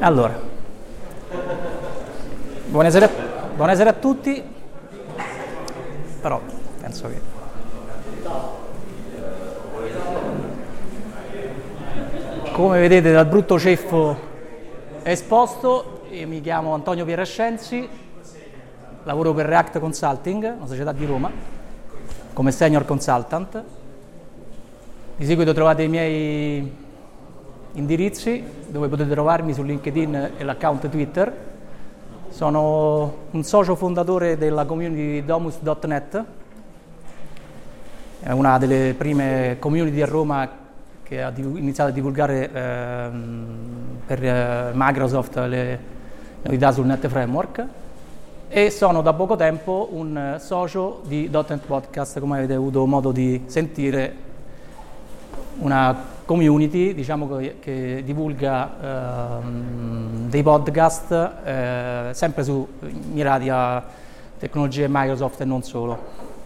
Allora, buonasera a tutti, però penso che... Come vedete dal brutto ceffo esposto, io mi chiamo Antonio Pierascenzi, lavoro per React Consulting, una società di Roma, come senior consultant. Di seguito trovate i miei indirizzi dove potete trovarmi su LinkedIn e l'account Twitter. Sono un socio fondatore della community Domus.net, è una delle prime community a Roma che ha iniziato a divulgare per Microsoft le novità sul Net Framework, e sono da poco tempo un socio di .NET Podcast, come avete avuto modo di sentire, una community, diciamo, che divulga dei podcast sempre mirati a tecnologie Microsoft e non solo.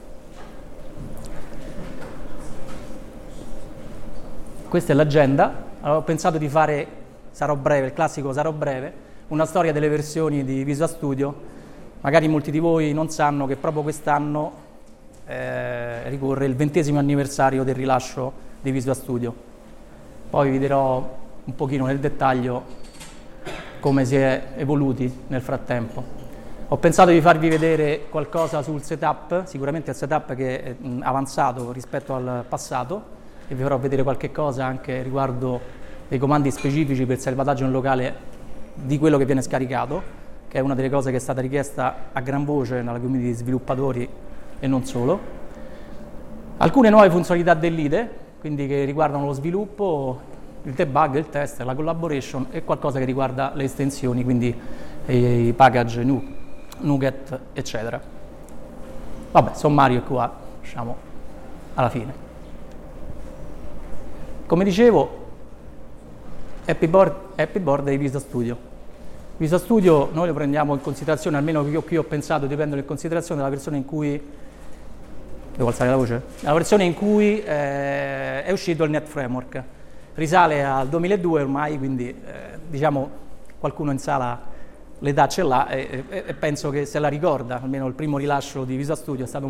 Questa è l'agenda. Allora, ho pensato di fare, sarò breve, il classico sarò breve, una storia delle versioni di Visual Studio. Magari molti di voi non sanno che proprio quest'anno ricorre il 20° anniversario del rilascio di Visual Studio. Poi vi dirò un pochino nel dettaglio come si è evoluti nel frattempo. Ho pensato di farvi vedere qualcosa sul setup, sicuramente il setup che è avanzato rispetto al passato, e vi farò vedere qualche cosa anche riguardo dei comandi specifici per il salvataggio in locale di quello che viene scaricato, che è una delle cose che è stata richiesta a gran voce nella community di sviluppatori e non solo. Alcune nuove funzionalità dell'IDE, quindi che riguardano lo sviluppo, il debug, il test, la collaboration, e qualcosa che riguarda le estensioni, quindi i package NuGet, eccetera. Vabbè, sommario è qua, lasciamo alla fine. Come dicevo, Happy Board e Visual Studio. Visual Studio noi lo prendiamo in considerazione, almeno io qui ho pensato di prenderlo in considerazione della versione in cui... Devo alzare la voce? La versione in cui è uscito il Net Framework. Risale al 2002 ormai, quindi diciamo qualcuno in sala l'età ce l'ha e penso che se la ricorda. Almeno il primo rilascio di Visual Studio è stato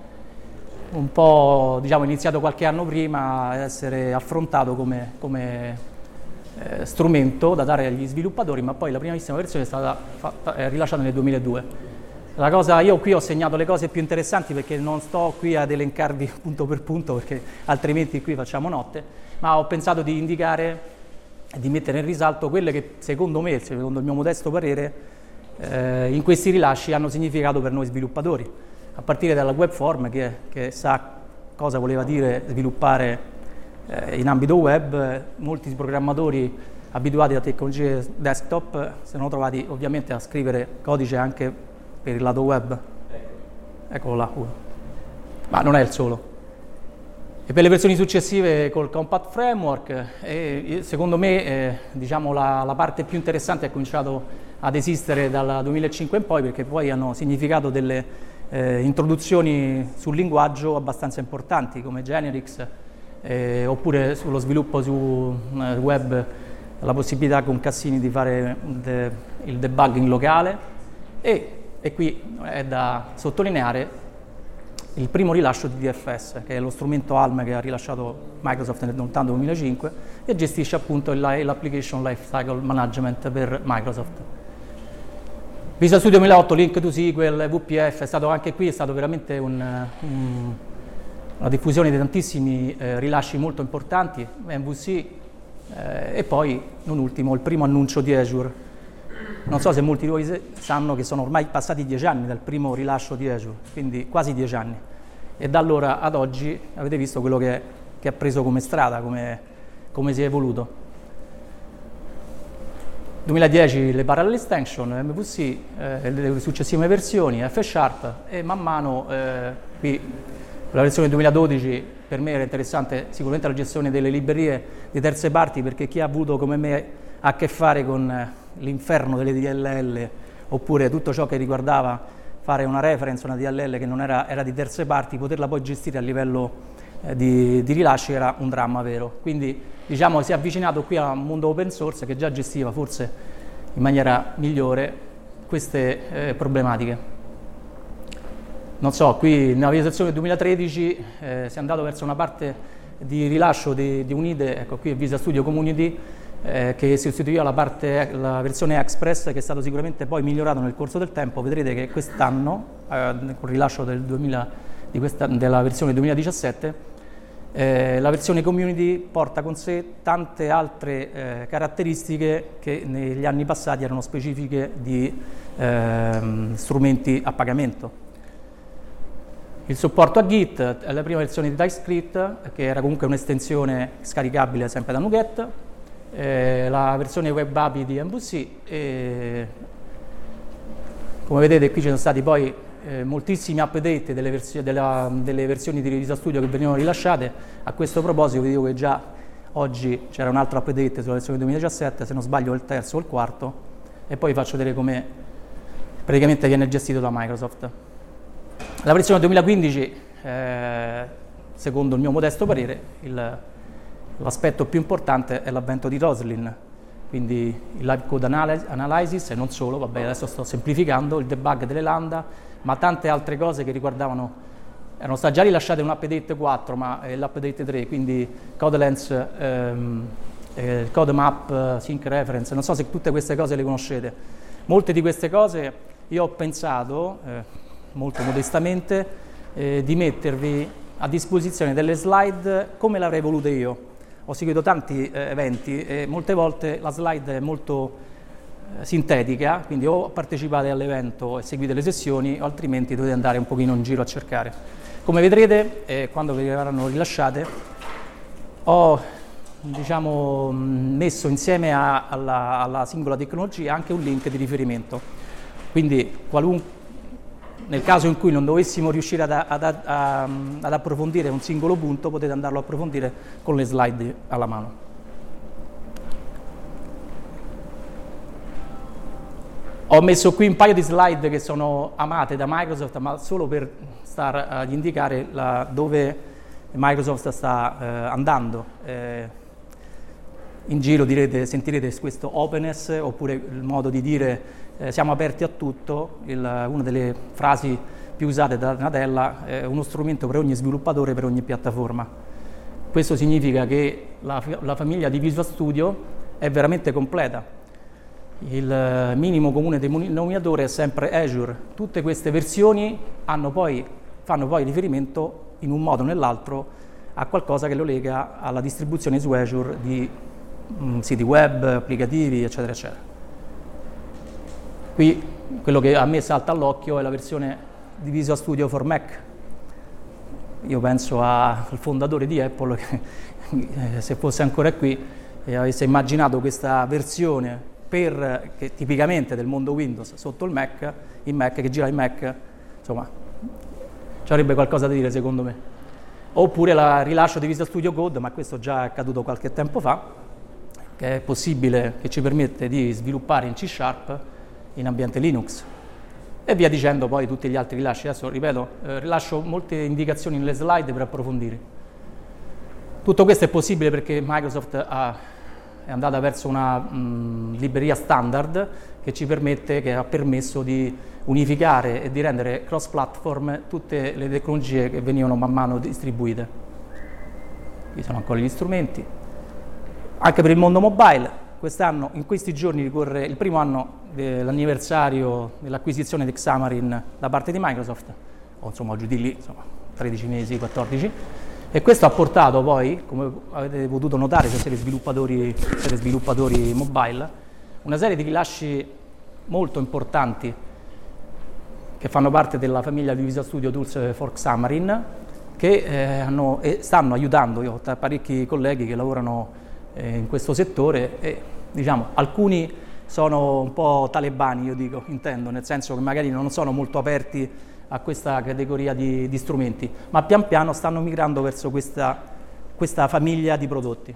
un po' diciamo iniziato qualche anno prima ad essere affrontato come strumento da dare agli sviluppatori, ma poi la primissima versione è stata rilasciata nel 2002. La cosa, io qui ho segnato le cose più interessanti perché non sto qui ad elencarvi punto per punto, perché altrimenti qui facciamo notte, ma ho pensato di indicare e di mettere in risalto quelle che secondo me, secondo il mio modesto parere, in questi rilasci hanno significato per noi sviluppatori, a partire dalla web form che sa cosa voleva dire sviluppare in ambito web. Molti programmatori abituati a tecnologie desktop si sono trovati ovviamente a scrivere codice anche per il lato web. Eccolo là, ma non è il solo. E per le versioni successive col Compact Framework, secondo me diciamo la parte più interessante ha cominciato ad esistere dal 2005 in poi, perché poi hanno significato delle introduzioni sul linguaggio abbastanza importanti, come Generics, oppure sullo sviluppo su web, la possibilità con Cassini di fare il debugging locale, e qui è da sottolineare il primo rilascio di DFS, che è lo strumento ALM che ha rilasciato Microsoft nel lontano 2005 e gestisce appunto l'Application Lifecycle Management per Microsoft. Visual Studio 2008, Link to SQL, VPF, è stato anche qui, è stato veramente una diffusione di tantissimi rilasci molto importanti, MVC, e poi, non ultimo, il primo annuncio di Azure. Non so se molti di voi sanno che sono ormai passati 10 anni dal primo rilascio di Azure, quindi quasi 10 anni. E da allora ad oggi avete visto quello che ha preso come strada, come si è evoluto. 2010 le parallel extension, MVC, le successive versioni, F#, e man mano qui la versione 2012 per me era interessante sicuramente la gestione delle librerie di terze parti, perché chi ha avuto come me a che fare con l'inferno delle DLL, oppure tutto ciò che riguardava fare una reference, una DLL che non era di terze parti, poterla poi gestire a livello di rilasci era un dramma vero. Quindi diciamo si è avvicinato qui a un mondo open source che già gestiva forse in maniera migliore queste problematiche. Non so, qui nella visualizzazione del 2013 si è andato verso una parte di rilascio di un'IDE, ecco qui è Visual Studio Community, che sostituiva la versione Express, che è stato sicuramente poi migliorato nel corso del tempo. Vedrete che quest'anno, con il rilascio della versione 2017, la versione Community porta con sé tante altre caratteristiche che negli anni passati erano specifiche di strumenti a pagamento. Il supporto a Git è la prima versione di TypeScript, che era comunque un'estensione scaricabile sempre da NuGet, la versione web API di MVC, e come vedete qui ci sono stati poi moltissimi update delle versioni di Visual Studio che venivano rilasciate. A questo proposito vi dico che già oggi c'era un altro update sulla versione 2017, se non sbaglio il terzo o il quarto, e poi vi faccio vedere come praticamente viene gestito da Microsoft. La versione 2015, secondo il mio modesto parere, l'aspetto più importante è l'avvento di Roslyn, quindi il live code analysis e non solo, vabbè adesso sto semplificando, il debug delle lambda, ma tante altre cose che riguardavano, erano state già rilasciate in un update 4, ma l'update 3, quindi CodeLens, Code Map, Sync Reference, non so se tutte queste cose le conoscete. Molte di queste cose io ho pensato, molto modestamente, di mettervi a disposizione delle slide come l'avrei volute io. Ho seguito tanti eventi e molte volte la slide è molto sintetica, quindi o partecipate all'evento e seguite le sessioni o altrimenti dovete andare un pochino in giro a cercare. Come vedrete, quando ve le verranno rilasciate, ho messo insieme alla singola tecnologia anche un link di riferimento, quindi nel caso in cui non dovessimo riuscire ad approfondire un singolo punto, potete andarlo a approfondire con le slide alla mano. Ho messo qui un paio di slide che sono amate da Microsoft, ma solo per stare ad indicare dove Microsoft sta andando. In giro sentirete questo openness, oppure il modo di dire siamo aperti a tutto. Una delle frasi più usate da Nadella è uno strumento per ogni sviluppatore, per ogni piattaforma. Questo significa che la famiglia di Visual Studio è veramente completa. Il minimo comune denominatore è sempre Azure. Tutte queste versioni fanno poi riferimento in un modo o nell'altro a qualcosa che lo lega alla distribuzione su Azure di siti web, applicativi, eccetera, eccetera. Qui quello che a me salta all'occhio è la versione di Visual Studio for Mac. Io penso al fondatore di Apple che se fosse ancora qui avesse immaginato questa versione che tipicamente del mondo Windows sotto il Mac che gira il Mac, insomma, ci avrebbe qualcosa da dire secondo me. Oppure il rilascio di Visual Studio Code, ma questo già è accaduto qualche tempo fa, che è possibile, che ci permette di sviluppare in C# in ambiente Linux, e via dicendo poi tutti gli altri rilasci. Adesso ripeto, rilascio molte indicazioni nelle slide per approfondire. Tutto questo è possibile perché Microsoft è andata verso una libreria standard che ha permesso di unificare e di rendere cross-platform tutte le tecnologie che venivano man mano distribuite. Qui sono ancora gli strumenti. Anche per il mondo mobile, quest'anno, in questi giorni ricorre il primo anno dell'anniversario dell'acquisizione di Xamarin da parte di Microsoft, o insomma giù di lì, 13 mesi, 14, e questo ha portato poi, come avete potuto notare se siete sviluppatori mobile, una serie di rilasci molto importanti che fanno parte della famiglia di Visual Studio Tools for Xamarin, che stanno aiutando. Io ho parecchi colleghi che lavorano in questo settore e alcuni sono un po' talebani, intendo, nel senso che magari non sono molto aperti a questa categoria di strumenti, ma pian piano stanno migrando verso questa famiglia di prodotti.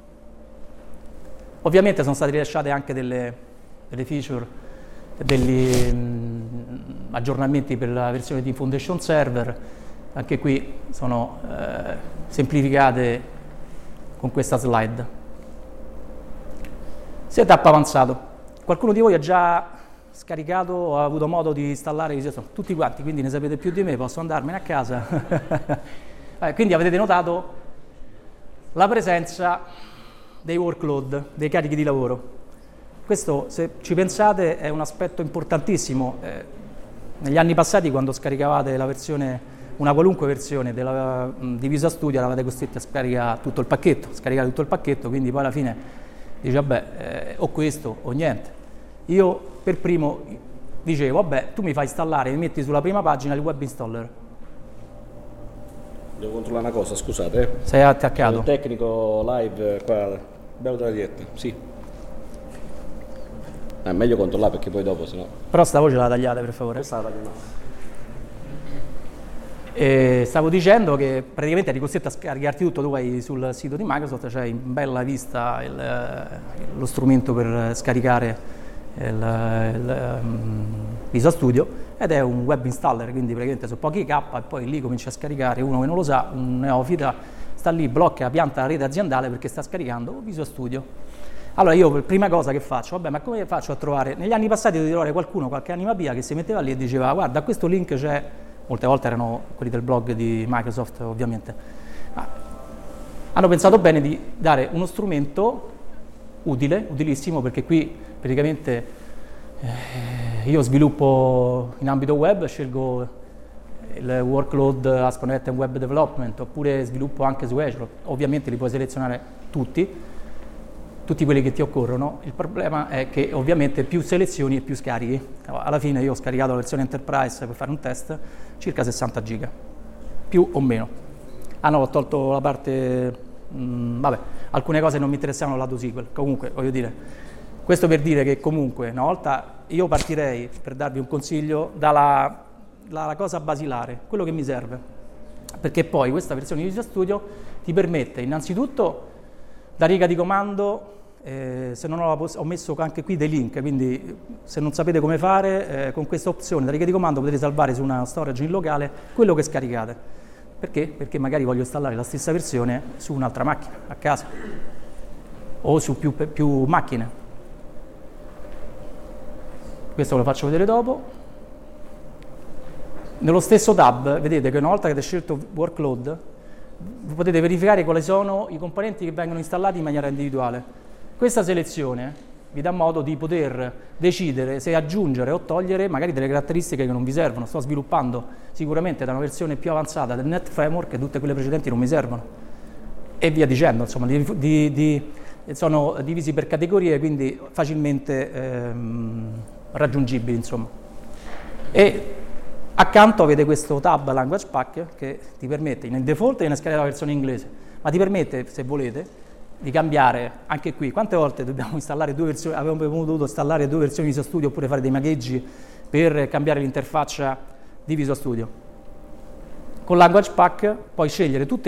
Ovviamente sono state rilasciate anche delle feature, degli aggiornamenti per la versione di Foundation Server, anche qui sono semplificate con questa slide. Setup avanzato. qualcuno di voi ha già scaricato o ha avuto modo di installare Visual Studio? Tutti quanti, quindi ne sapete più di me, posso andarmene a casa. Quindi avete notato la presenza dei workload, dei carichi di lavoro. Questo, se ci pensate, è un aspetto importantissimo. Negli anni passati, quando scaricavate la versione, una qualunque versione di Visual Studio, eravate costretti a scaricare tutto il pacchetto, quindi poi alla fine dice, vabbè, o questo o niente. Io per primo dicevo, vabbè, tu mi fai installare, mi metti sulla prima pagina il web installer. Devo controllare una cosa, scusate. Sei attaccato? Il tecnico live qua, bello della diretta, sì. È meglio controllare perché poi dopo sennò. Però sta voce la tagliate, per favore. Questa la taglio. E stavo dicendo che praticamente eri costretto a scaricarti tutto, tu vai sul sito di Microsoft, c'è in bella vista lo strumento per scaricare il Visual Studio, ed è un web installer, quindi praticamente su pochi K, e poi lì comincia a scaricare. Uno che non lo sa, un neofita, sta lì, blocca, pianta la rete aziendale perché sta scaricando Visual Studio. Allora io, per prima cosa che faccio, vabbè, ma come faccio a trovare? Negli anni passati devo trovare qualcuno, qualche anima via, che si metteva lì e diceva, guarda, a questo link c'è, molte volte erano quelli del blog di Microsoft ovviamente, ma hanno pensato bene di dare uno strumento utile, utilissimo, perché qui praticamente io sviluppo in ambito web, scelgo il workload ASP.NET and Web Development, oppure sviluppo anche su Azure, ovviamente li puoi selezionare tutti quelli che ti occorrono. Il problema è che ovviamente più selezioni e più scarichi. Alla fine io ho scaricato la versione Enterprise per fare un test, circa 60 giga, più o meno. Ah no, ho tolto la parte, vabbè, alcune cose non mi interessavano lato SQL, comunque voglio dire, questo per dire che comunque una volta io partirei, per darvi un consiglio, dalla cosa basilare, quello che mi serve, perché poi questa versione di Visual Studio ti permette innanzitutto da riga di comando, se non ho messo anche qui dei link, quindi se non sapete come fare, con questa opzione da riga di comando potete salvare su una storage in locale quello che scaricate. Perché? Perché magari voglio installare la stessa versione su un'altra macchina a casa o su più macchine. Questo ve lo faccio vedere dopo. Nello stesso tab vedete che una volta che avete scelto workload potete verificare quali sono i componenti che vengono installati in maniera individuale. Questa selezione vi dà modo di poter decidere se aggiungere o togliere magari delle caratteristiche che non vi servono. Sto sviluppando sicuramente da una versione più avanzata del Net Framework e tutte quelle precedenti non mi servono. E via dicendo, insomma, sono divisi per categorie, quindi facilmente raggiungibili, insomma. E accanto avete questo tab Language Pack che ti permette, nel default viene scaricata la versione inglese, ma ti permette, se volete, di cambiare anche qui. Quante volte dobbiamo installare due versioni, avevamo dovuto installare due versioni di Visual Studio oppure fare dei magheggi per cambiare l'interfaccia di Visual Studio? Con Language Pack puoi scegliere tutte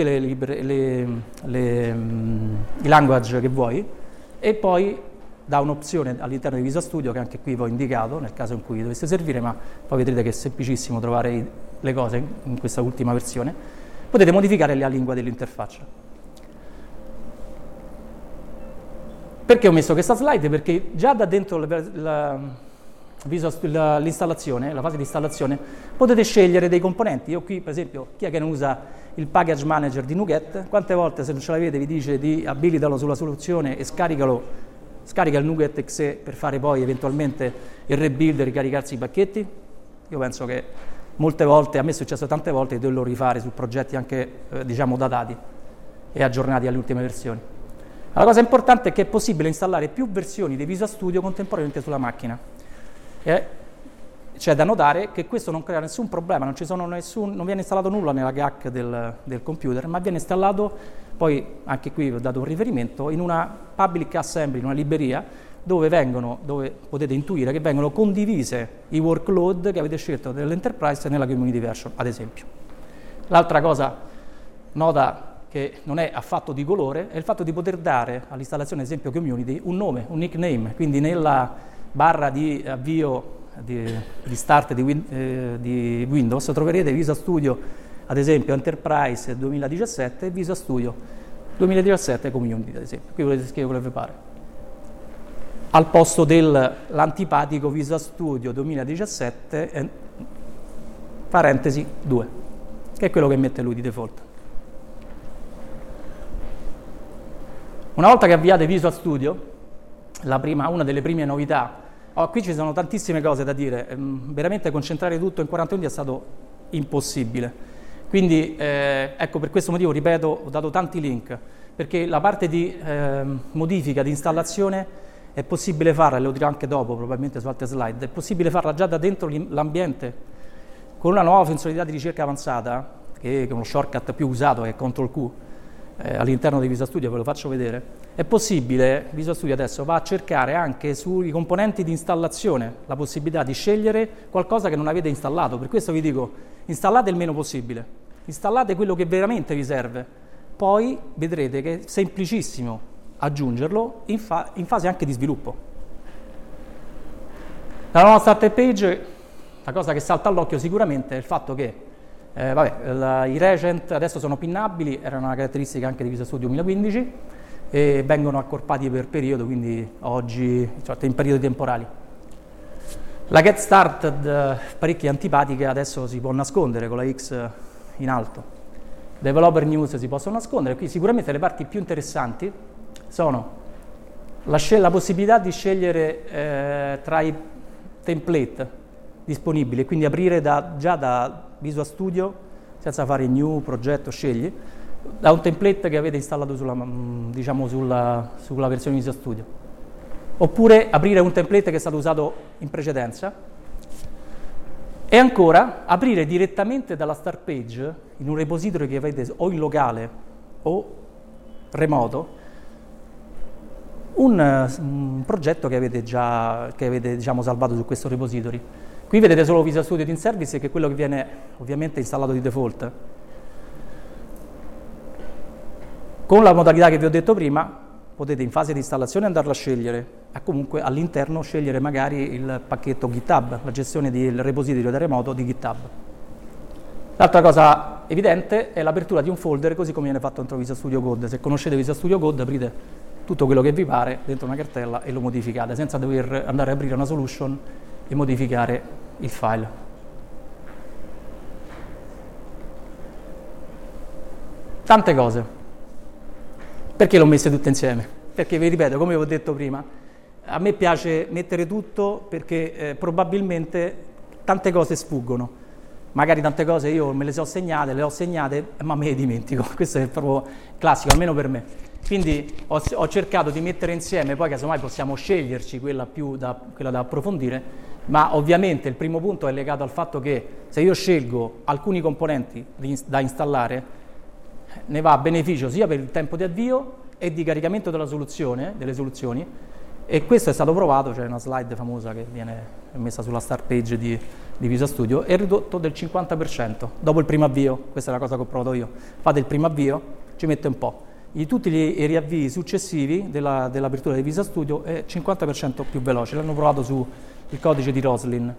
i language che vuoi e poi da un'opzione all'interno di Visual Studio che anche qui vi ho indicato nel caso in cui dovesse servire, ma poi vedrete che è semplicissimo trovare le cose in questa ultima versione. Potete modificare la lingua dell'interfaccia. Perché ho messo questa slide? Perché già da dentro l'installazione, la fase di installazione, potete scegliere dei componenti. Io qui, per esempio, chi è che non usa il package manager di NuGet? Quante volte, se non ce l'avete, vi dice di abilitalo sulla soluzione e scarica il NuGet exe per fare poi eventualmente il rebuild e ricaricarsi i pacchetti? Io penso che molte volte, a me è successo tante volte, di doverlo rifare su progetti anche, diciamo, datati e aggiornati alle ultime versioni. La cosa importante è che è possibile installare più versioni di Visual Studio contemporaneamente sulla macchina. C'è da notare che questo non crea nessun problema, non viene installato nulla nella GAC del computer, ma viene installato, poi anche qui vi ho dato un riferimento, in una public assembly, in una libreria, dove potete intuire che vengono condivise i workload che avete scelto dell'Enterprise nella community version, ad esempio. L'altra cosa nota che non è affatto di colore, è il fatto di poter dare all'installazione, ad esempio community, un nome, un nickname, quindi nella barra di avvio di start di Windows troverete Visual Studio, ad esempio Enterprise 2017 e Visual Studio 2017 Community, ad esempio. Qui potete scrivere quello che vi pare. al posto dell'antipatico Visual Studio 2017, parentesi 2, che è quello che mette lui di default. Una volta che avviate Visual Studio, una delle prime novità, qui ci sono tantissime cose da dire, veramente concentrare tutto in 40 minuti è stato impossibile. Quindi ecco, per questo motivo, ripeto, ho dato tanti link, perché la parte di modifica, di installazione è possibile farla, e lo dirò anche dopo, probabilmente su altre slide, è possibile farla già da dentro l'ambiente con una nuova funzionalità di ricerca avanzata, che è uno shortcut più usato, che è Ctrl+Q, all'interno di Visual Studio, ve lo faccio vedere. È possibile, Visual Studio adesso va a cercare anche sui componenti di installazione la possibilità di scegliere qualcosa che non avete installato. Per questo vi dico, installate il meno possibile, installate quello che veramente vi serve, poi vedrete che è semplicissimo aggiungerlo in fase anche di sviluppo. Dalla nuova starter page, la cosa che salta all'occhio sicuramente è il fatto che i regent adesso sono pinnabili, era una caratteristica anche di Visual Studio 2015, e vengono accorpati per periodo, quindi oggi, cioè in periodi temporali. La get started, parecchio antipatica, adesso si può nascondere con la X in alto. Developer news si possono nascondere. Qui sicuramente le parti più interessanti sono la possibilità di scegliere tra i template disponibili, quindi aprire già da Visual Studio senza fare new, progetto, scegli, da un template che avete installato sulla versione Visual Studio. Oppure aprire un template che è stato usato in precedenza. E ancora aprire direttamente dalla start page, in un repository che avete o in locale o remoto, un progetto che avete salvato su questo repository. Qui vedete solo Visual Studio in Service, che è quello che viene ovviamente installato di default. Con la modalità che vi ho detto prima, potete in fase di installazione andarlo a scegliere, e comunque all'interno scegliere magari il pacchetto GitHub, la gestione del repository da remoto di GitHub. L'altra cosa evidente è l'apertura di un folder, così come viene fatto dentro Visual Studio Code. Se conoscete Visual Studio Code, aprite tutto quello che vi pare dentro una cartella e lo modificate, senza dover andare a aprire una solution e modificare il file. Tante cose. Perché l'ho messe tutte insieme? Perché vi ripeto, come vi ho detto prima, a me piace mettere tutto perché probabilmente tante cose sfuggono. Magari tante cose io me le ho segnate, ma me le dimentico. Questo è proprio classico, almeno per me. Quindi ho cercato di mettere insieme, poi casomai possiamo sceglierci quella da approfondire, ma ovviamente il primo punto è legato al fatto che se io scelgo alcuni componenti da installare, ne va a beneficio sia per il tempo di avvio e di caricamento delle soluzioni, e questo è stato provato, c'è una slide famosa che viene messa sulla start page di Visual Studio, è ridotto del 50% dopo il primo avvio. Questa è la cosa che ho provato io. Fate il primo avvio, ci mette un po'. Tutti i riavvii successivi dell'apertura di Visual Studio è 50% più veloce. L'hanno provato sul codice di Roslyn.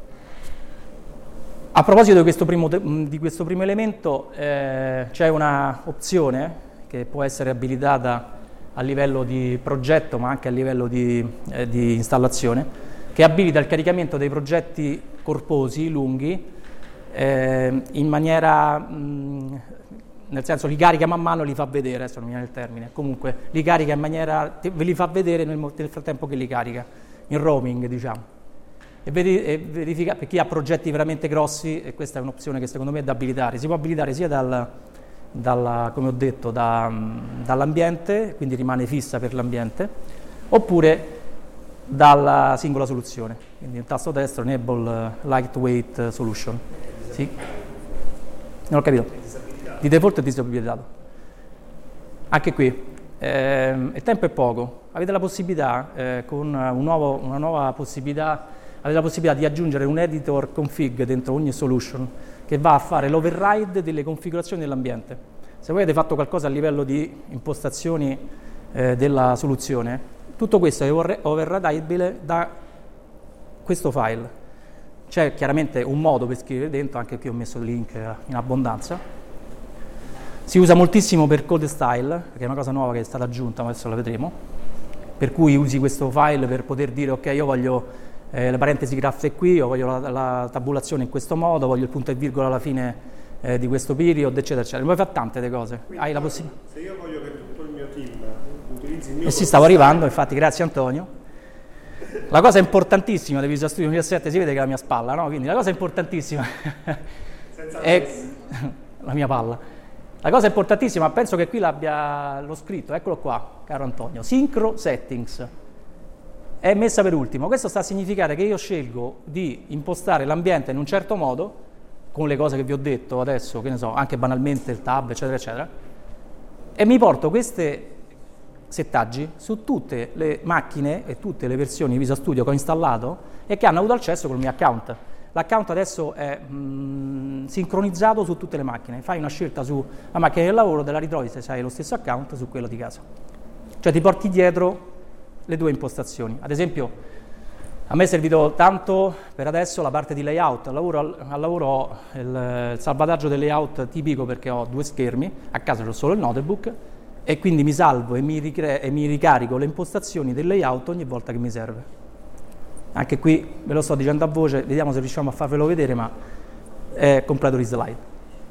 A proposito di questo primo elemento, c'è una opzione che può essere abilitata a livello di progetto, ma anche a livello di installazione, che abilita il caricamento dei progetti corposi, lunghi, in maniera, nel senso li carica man mano e li fa vedere, adesso non mi viene il termine, comunque li carica in maniera, ve li fa vedere nel frattempo che li carica, in roaming diciamo. E verifica, per chi ha progetti veramente grossi, e questa è un'opzione che secondo me è da abilitare, si può abilitare sia come ho detto, dall'ambiente, quindi rimane fissa per l'ambiente, oppure dalla singola soluzione, quindi un tasto destro, enable lightweight solution. Sì? Non ho capito. Di default è disabilitato. Anche qui, il tempo è poco, avete la possibilità, con una nuova possibilità, avete la possibilità di aggiungere un editor config dentro ogni solution che va a fare l'override delle configurazioni dell'ambiente. Se voi avete fatto qualcosa a livello di impostazioni della soluzione, tutto questo è overridable da questo file. C'è chiaramente un modo per scrivere dentro, anche qui ho messo il link in abbondanza. Si usa moltissimo per code style, che è una cosa nuova che è stata aggiunta, ma adesso la vedremo. per cui usi questo file per poter dire ok, io voglio le parentesi graffe qui, io voglio la tabulazione in questo modo, voglio il punto e virgola alla fine di questo period, eccetera, eccetera. Puoi fare tante le cose. Quindi, Hai la possibilità. Se io voglio che tutto il mio team utilizzi il mio... E si stava arrivando, infatti, grazie Antonio. La cosa importantissima del Visual Studio 2007, si vede che è la mia spalla, no? Quindi la cosa importantissima è la mia palla. La cosa importantissima, penso che qui l'ho scritto, eccolo qua, caro Antonio, Synchro Settings. È messa per ultimo. Questo sta a significare che io scelgo di impostare l'ambiente in un certo modo, con le cose che vi ho detto adesso, che ne so, anche banalmente il tab, eccetera, eccetera, e mi porto questi settaggi su tutte le macchine e tutte le versioni di Visual Studio che ho installato e che hanno avuto accesso col mio account. L'account adesso è sincronizzato su tutte le macchine. Fai una scelta sulla macchina del lavoro, te la ritrovi se hai lo stesso account su quello di casa. Cioè ti porti dietro le due impostazioni. Ad esempio, a me è servito tanto per adesso la parte di layout. Al lavoro ho il salvataggio del layout tipico perché ho 2 schermi, a casa c'ho solo il notebook e quindi mi salvo e mi ricarico le impostazioni del layout ogni volta che mi serve. Anche qui ve lo sto dicendo a voce, vediamo se riusciamo a farvelo vedere, ma è completo di slide.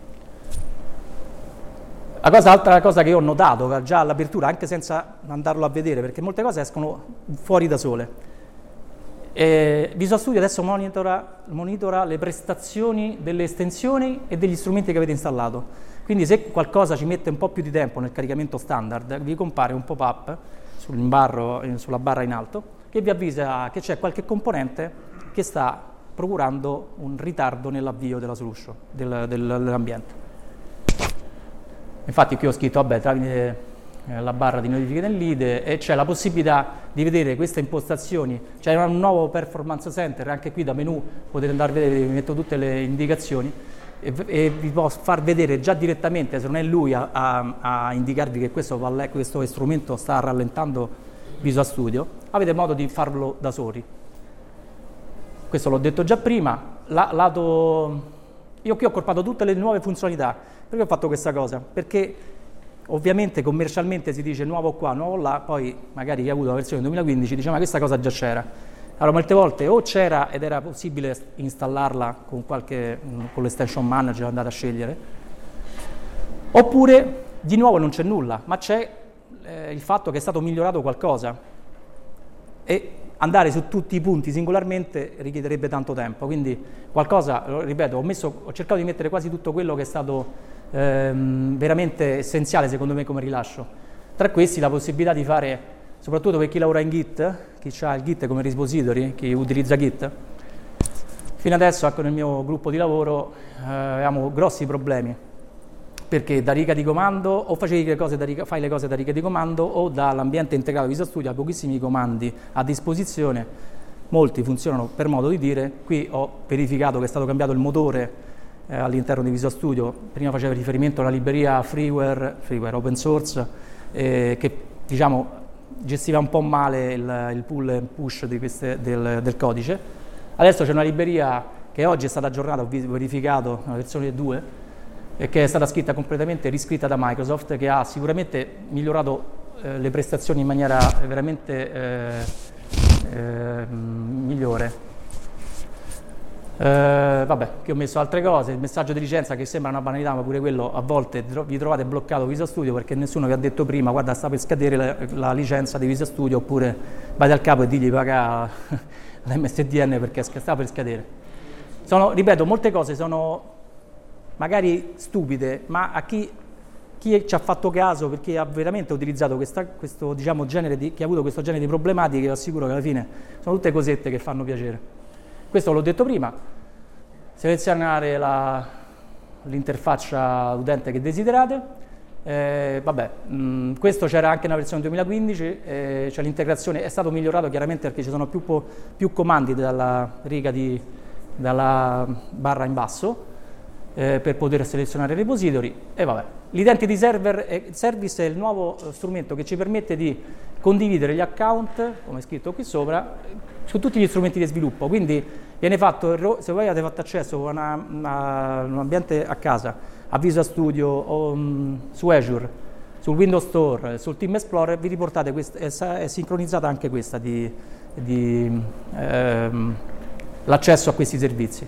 Altra cosa che io ho notato già all'apertura, anche senza andarlo a vedere, perché molte cose escono fuori da sole. Visual Studio adesso monitora le prestazioni delle estensioni e degli strumenti che avete installato. Quindi se qualcosa ci mette un po' più di tempo nel caricamento standard, vi compare un pop-up sulla barra in alto che vi avvisa che c'è qualche componente che sta procurando un ritardo nell'avvio della solution, dell'ambiente. Infatti qui ho scritto, vabbè, tramite la barra di notifiche nell'IDE e c'è la possibilità di vedere queste impostazioni. C'è un nuovo Performance Center, anche qui da menu potete andare a vedere, vi metto tutte le indicazioni e vi posso far vedere già direttamente, se non è lui a indicarvi che questo strumento sta rallentando Visual Studio, avete modo di farlo da soli. Questo l'ho detto già prima. Io qui ho accorpato tutte le nuove funzionalità. Perché ho fatto questa cosa? Perché ovviamente commercialmente si dice nuovo qua, nuovo là, poi magari chi ha avuto la versione 2015 dice ma questa cosa già c'era. Allora molte volte o c'era ed era possibile installarla con l'extension manager, andate a scegliere, oppure di nuovo non c'è nulla, ma c'è il fatto che è stato migliorato qualcosa e andare su tutti i punti singolarmente richiederebbe tanto tempo, quindi qualcosa, ripeto, ho cercato di mettere quasi tutto quello che è stato veramente essenziale secondo me come rilascio. Tra questi la possibilità di fare, soprattutto per chi lavora in Git, chi ha il Git come repository, chi utilizza Git, fino adesso ecco, nel mio gruppo di lavoro avevamo grossi problemi, perché da riga di comando o fai le cose da riga di comando o dall'ambiente integrato Visual Studio ha pochissimi comandi a disposizione, molti funzionano per modo di dire. Qui ho verificato che è stato cambiato il motore all'interno di Visual Studio, prima faceva riferimento a una libreria freeware open source che diciamo gestiva un po' male il pull e push del codice. Adesso c'è una libreria che oggi è stata aggiornata, ho verificato, una versione 2, e che è stata scritta completamente, riscritta da Microsoft, che ha sicuramente migliorato le prestazioni in maniera veramente migliore. Vabbè, qui ho messo altre cose, il messaggio di licenza che sembra una banalità, ma pure quello a volte vi trovate bloccato Visual Studio perché nessuno vi ha detto prima guarda sta per scadere la licenza di Visual Studio, oppure vai dal capo e digli paga l'MSDN perché sta per scadere. Ripeto, molte cose sono magari stupide, ma a chi ci ha fatto caso, perché ha veramente utilizzato questo diciamo, chi ha avuto questo genere di problematiche, vi assicuro che alla fine sono tutte cosette che fanno piacere. Questo l'ho detto prima, selezionare l'interfaccia utente che desiderate, questo c'era anche nella versione 2015, cioè l'integrazione è stato migliorato chiaramente perché ci sono più comandi dalla barra in basso per poter selezionare i repository e vabbè. L'identity service è il nuovo strumento che ci permette di condividere gli account, come è scritto qui sopra, su tutti gli strumenti di sviluppo, quindi viene fatto, se voi avete fatto accesso a un ambiente a casa, a Visual Studio o su Azure, sul Windows Store, sul Team Explorer, vi riportate è sincronizzata anche questa l'accesso a questi servizi.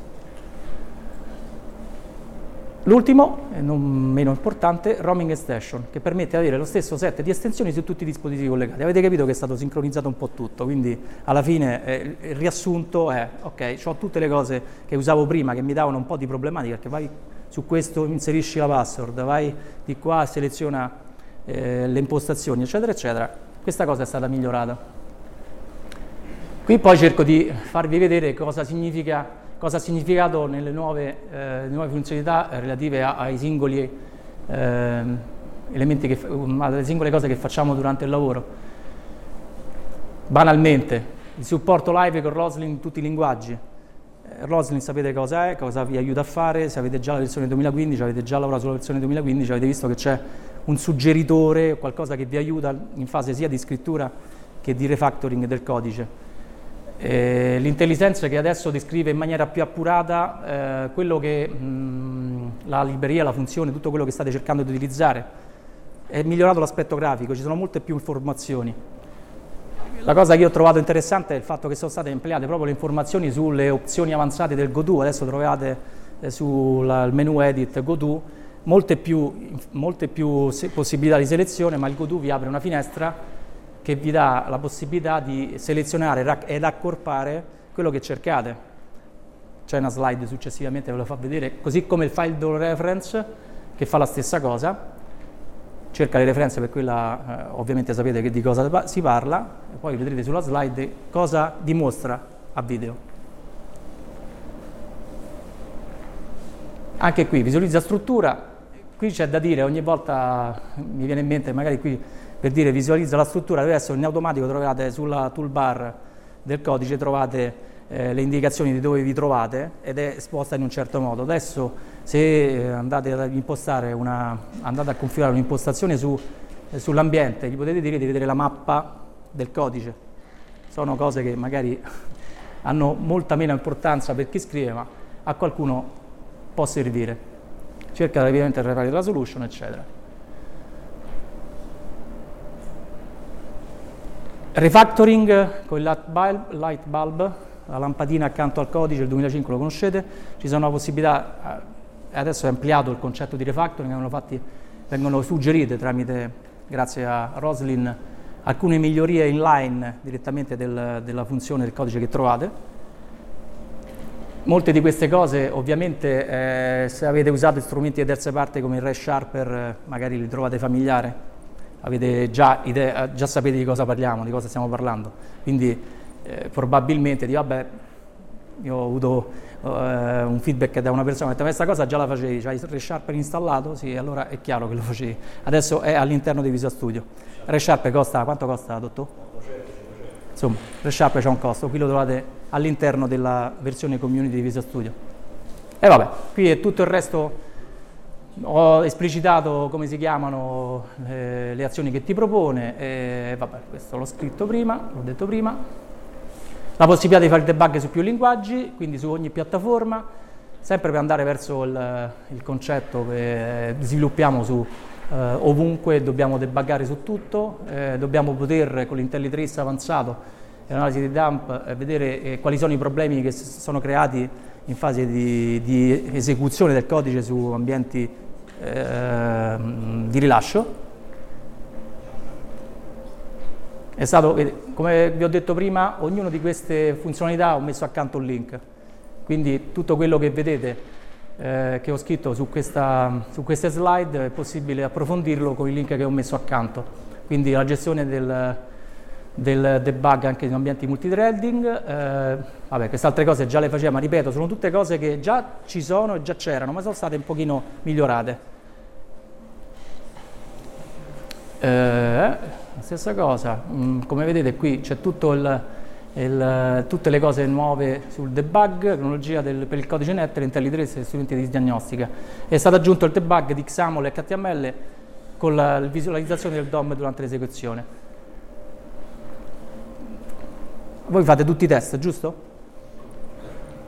L'ultimo, e non meno importante, Roaming Extension, che permette di avere lo stesso set di estensioni su tutti i dispositivi collegati. Avete capito che è stato sincronizzato un po' tutto, quindi alla fine il riassunto è, ok, ho tutte le cose che usavo prima che mi davano un po' di problematica, perché vai su questo, inserisci la password, vai di qua, seleziona le impostazioni, eccetera, eccetera. Questa cosa è stata migliorata. Qui poi cerco di farvi vedere cosa ha significato nelle nuove funzionalità relative ai singoli elementi, alle singole cose che facciamo durante il lavoro. Banalmente, il supporto live con Roslyn in tutti i linguaggi. Roslyn sapete cosa è, cosa vi aiuta a fare, se avete già la versione 2015, avete già lavorato sulla versione 2015, avete visto che c'è un suggeritore, qualcosa che vi aiuta in fase sia di scrittura che di refactoring del codice. L'intelligence che adesso descrive in maniera più appurata quello che la libreria, la funzione, tutto quello che state cercando di utilizzare. È migliorato l'aspetto grafico, ci sono molte più informazioni. La cosa che io ho trovato interessante è il fatto che sono state ampliate proprio le informazioni sulle opzioni avanzate del GoTo. Adesso trovate sul menu Edit GoTo molte più possibilità di selezione, ma il GoTo vi apre una finestra che vi dà la possibilità di selezionare ed accorpare quello che cercate. C'è una slide successivamente che ve lo fa vedere, così come il file do reference che fa la stessa cosa, cerca le referenze per quella, ovviamente sapete che di cosa si parla, e poi vedrete sulla slide cosa dimostra a video. Anche qui visualizza struttura, qui c'è da dire, ogni volta mi viene in mente, magari qui per dire visualizza la struttura, adesso in automatico trovate sulla toolbar del codice trovate le indicazioni di dove vi trovate ed è esposta in un certo modo. Adesso se andate a configurare un'impostazione sull'ambiente, gli potete dire di vedere la mappa del codice. Sono cose che magari hanno molta meno importanza per chi scrive, ma a qualcuno può servire. Cerca ovviamente di fare la solution, eccetera. Refactoring con il light bulb, la lampadina accanto al codice, il 2005 lo conoscete, ci sono la possibilità, adesso è ampliato il concetto di refactoring, vengono suggerite grazie a Roslyn, alcune migliorie inline direttamente della funzione del codice che trovate. Molte di queste cose ovviamente se avete usato strumenti di terze parti come il ResSharper magari li trovate familiari. Avete già idea, già sapete di cosa parliamo, di cosa stiamo parlando, quindi probabilmente vabbè, io ho avuto un feedback da una persona che ha detto: ma questa cosa già la facevi, c'hai il ResSharper installato? Sì, allora è chiaro che lo facevi. Adesso è all'interno di Visual Studio. ResSharper quanto costa, dottor? Insomma, ResSharper c'ha un costo, qui lo trovate all'interno della versione community di Visual Studio. E vabbè, qui è tutto il resto. Ho esplicitato come si chiamano le azioni che ti propone, e vabbè, questo l'ho scritto prima, l'ho detto prima. La possibilità di fare il debug su più linguaggi, quindi su ogni piattaforma, sempre per andare verso il concetto che sviluppiamo su ovunque, dobbiamo debuggare su tutto, dobbiamo poter con l'IntelliTrace avanzato e l'analisi di dump vedere quali sono i problemi che sono creati in fase di esecuzione del codice su ambienti di rilascio. È stato, come vi ho detto prima, ognuna di queste funzionalità ho messo accanto un link, quindi tutto quello che vedete che ho scritto su queste slide è possibile approfondirlo con i link che ho messo accanto, quindi la gestione del debug anche in ambienti multithreading, vabbè, queste altre cose già le faceva, ma ripeto, sono tutte cose che già ci sono e già c'erano, ma sono state un pochino migliorate. La stessa cosa, come vedete qui c'è tutto tutte le cose nuove sul debug, cronologia per il codice net, l'IntelliTrace e strumenti di diagnostica. È stato aggiunto il debug di XAML e HTML con la visualizzazione del DOM durante l'esecuzione. Voi fate tutti i test, giusto?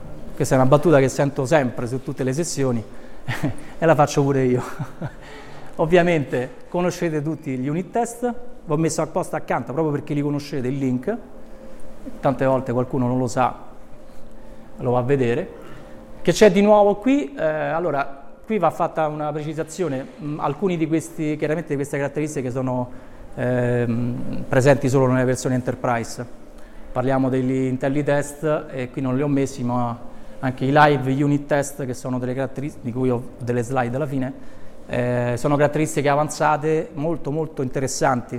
Questa è una battuta che sento sempre su tutte le sessioni e la faccio pure io. Ovviamente conoscete tutti gli unit test, vi ho messo apposta accanto proprio perché li conoscete il link, tante volte qualcuno non lo sa, lo va a vedere. Che c'è di nuovo qui? Allora, qui va fatta una precisazione, alcuni di questi, chiaramente di queste caratteristiche sono presenti solo nelle versioni Enterprise. Parliamo degli IntelliTest e qui non li ho messi, ma anche i live unit test, che sono delle caratteristiche, di cui ho delle slide alla fine, sono caratteristiche avanzate molto molto interessanti,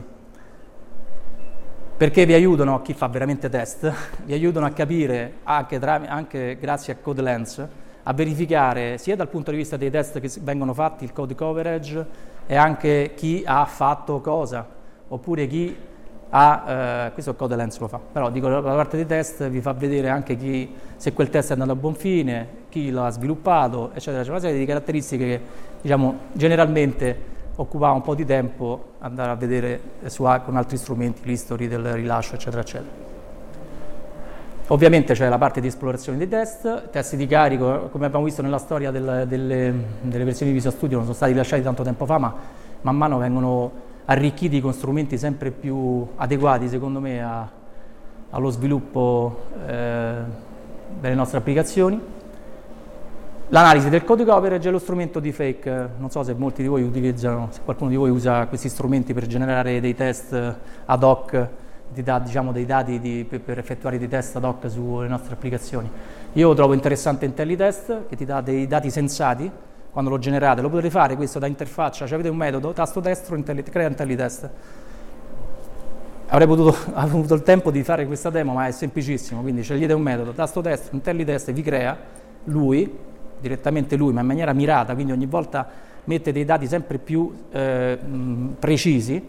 perché vi aiutano, a chi fa veramente test, vi aiutano a capire, anche grazie a CodeLens, a verificare sia dal punto di vista dei test che vengono fatti, il code coverage, e anche chi ha fatto cosa, oppure chi ha, questo il CodeLens lo fa, però dico la parte dei test vi fa vedere anche se quel test è andato a buon fine, chi l'ha sviluppato, eccetera. C'è una serie di caratteristiche che, diciamo, generalmente occupava un po' di tempo andare a vedere con altri strumenti, l'history del rilascio, eccetera, eccetera. Ovviamente c'è la parte di esplorazione dei test di carico, come abbiamo visto nella storia delle versioni di Visual Studio, non sono stati rilasciati tanto tempo fa, ma man mano vengono arricchiti con strumenti sempre più adeguati, secondo me, allo sviluppo delle nostre applicazioni. L'analisi del code coverage è lo strumento di Fake, non so se molti di voi utilizzano, se qualcuno di voi usa questi strumenti per generare dei test ad hoc, diciamo dei dati per effettuare dei test ad hoc sulle nostre applicazioni. Io trovo interessante IntelliTest, che ti dà dei dati sensati quando lo generate. Lo potete fare questo da interfaccia, cioè avete un metodo, tasto destro, crea IntelliTest. Avrei avuto il tempo di fare questa demo, ma è semplicissimo, quindi scegliete un metodo, tasto destro, IntelliTest, vi crea direttamente lui, ma in maniera mirata, quindi ogni volta mette dei dati sempre più precisi,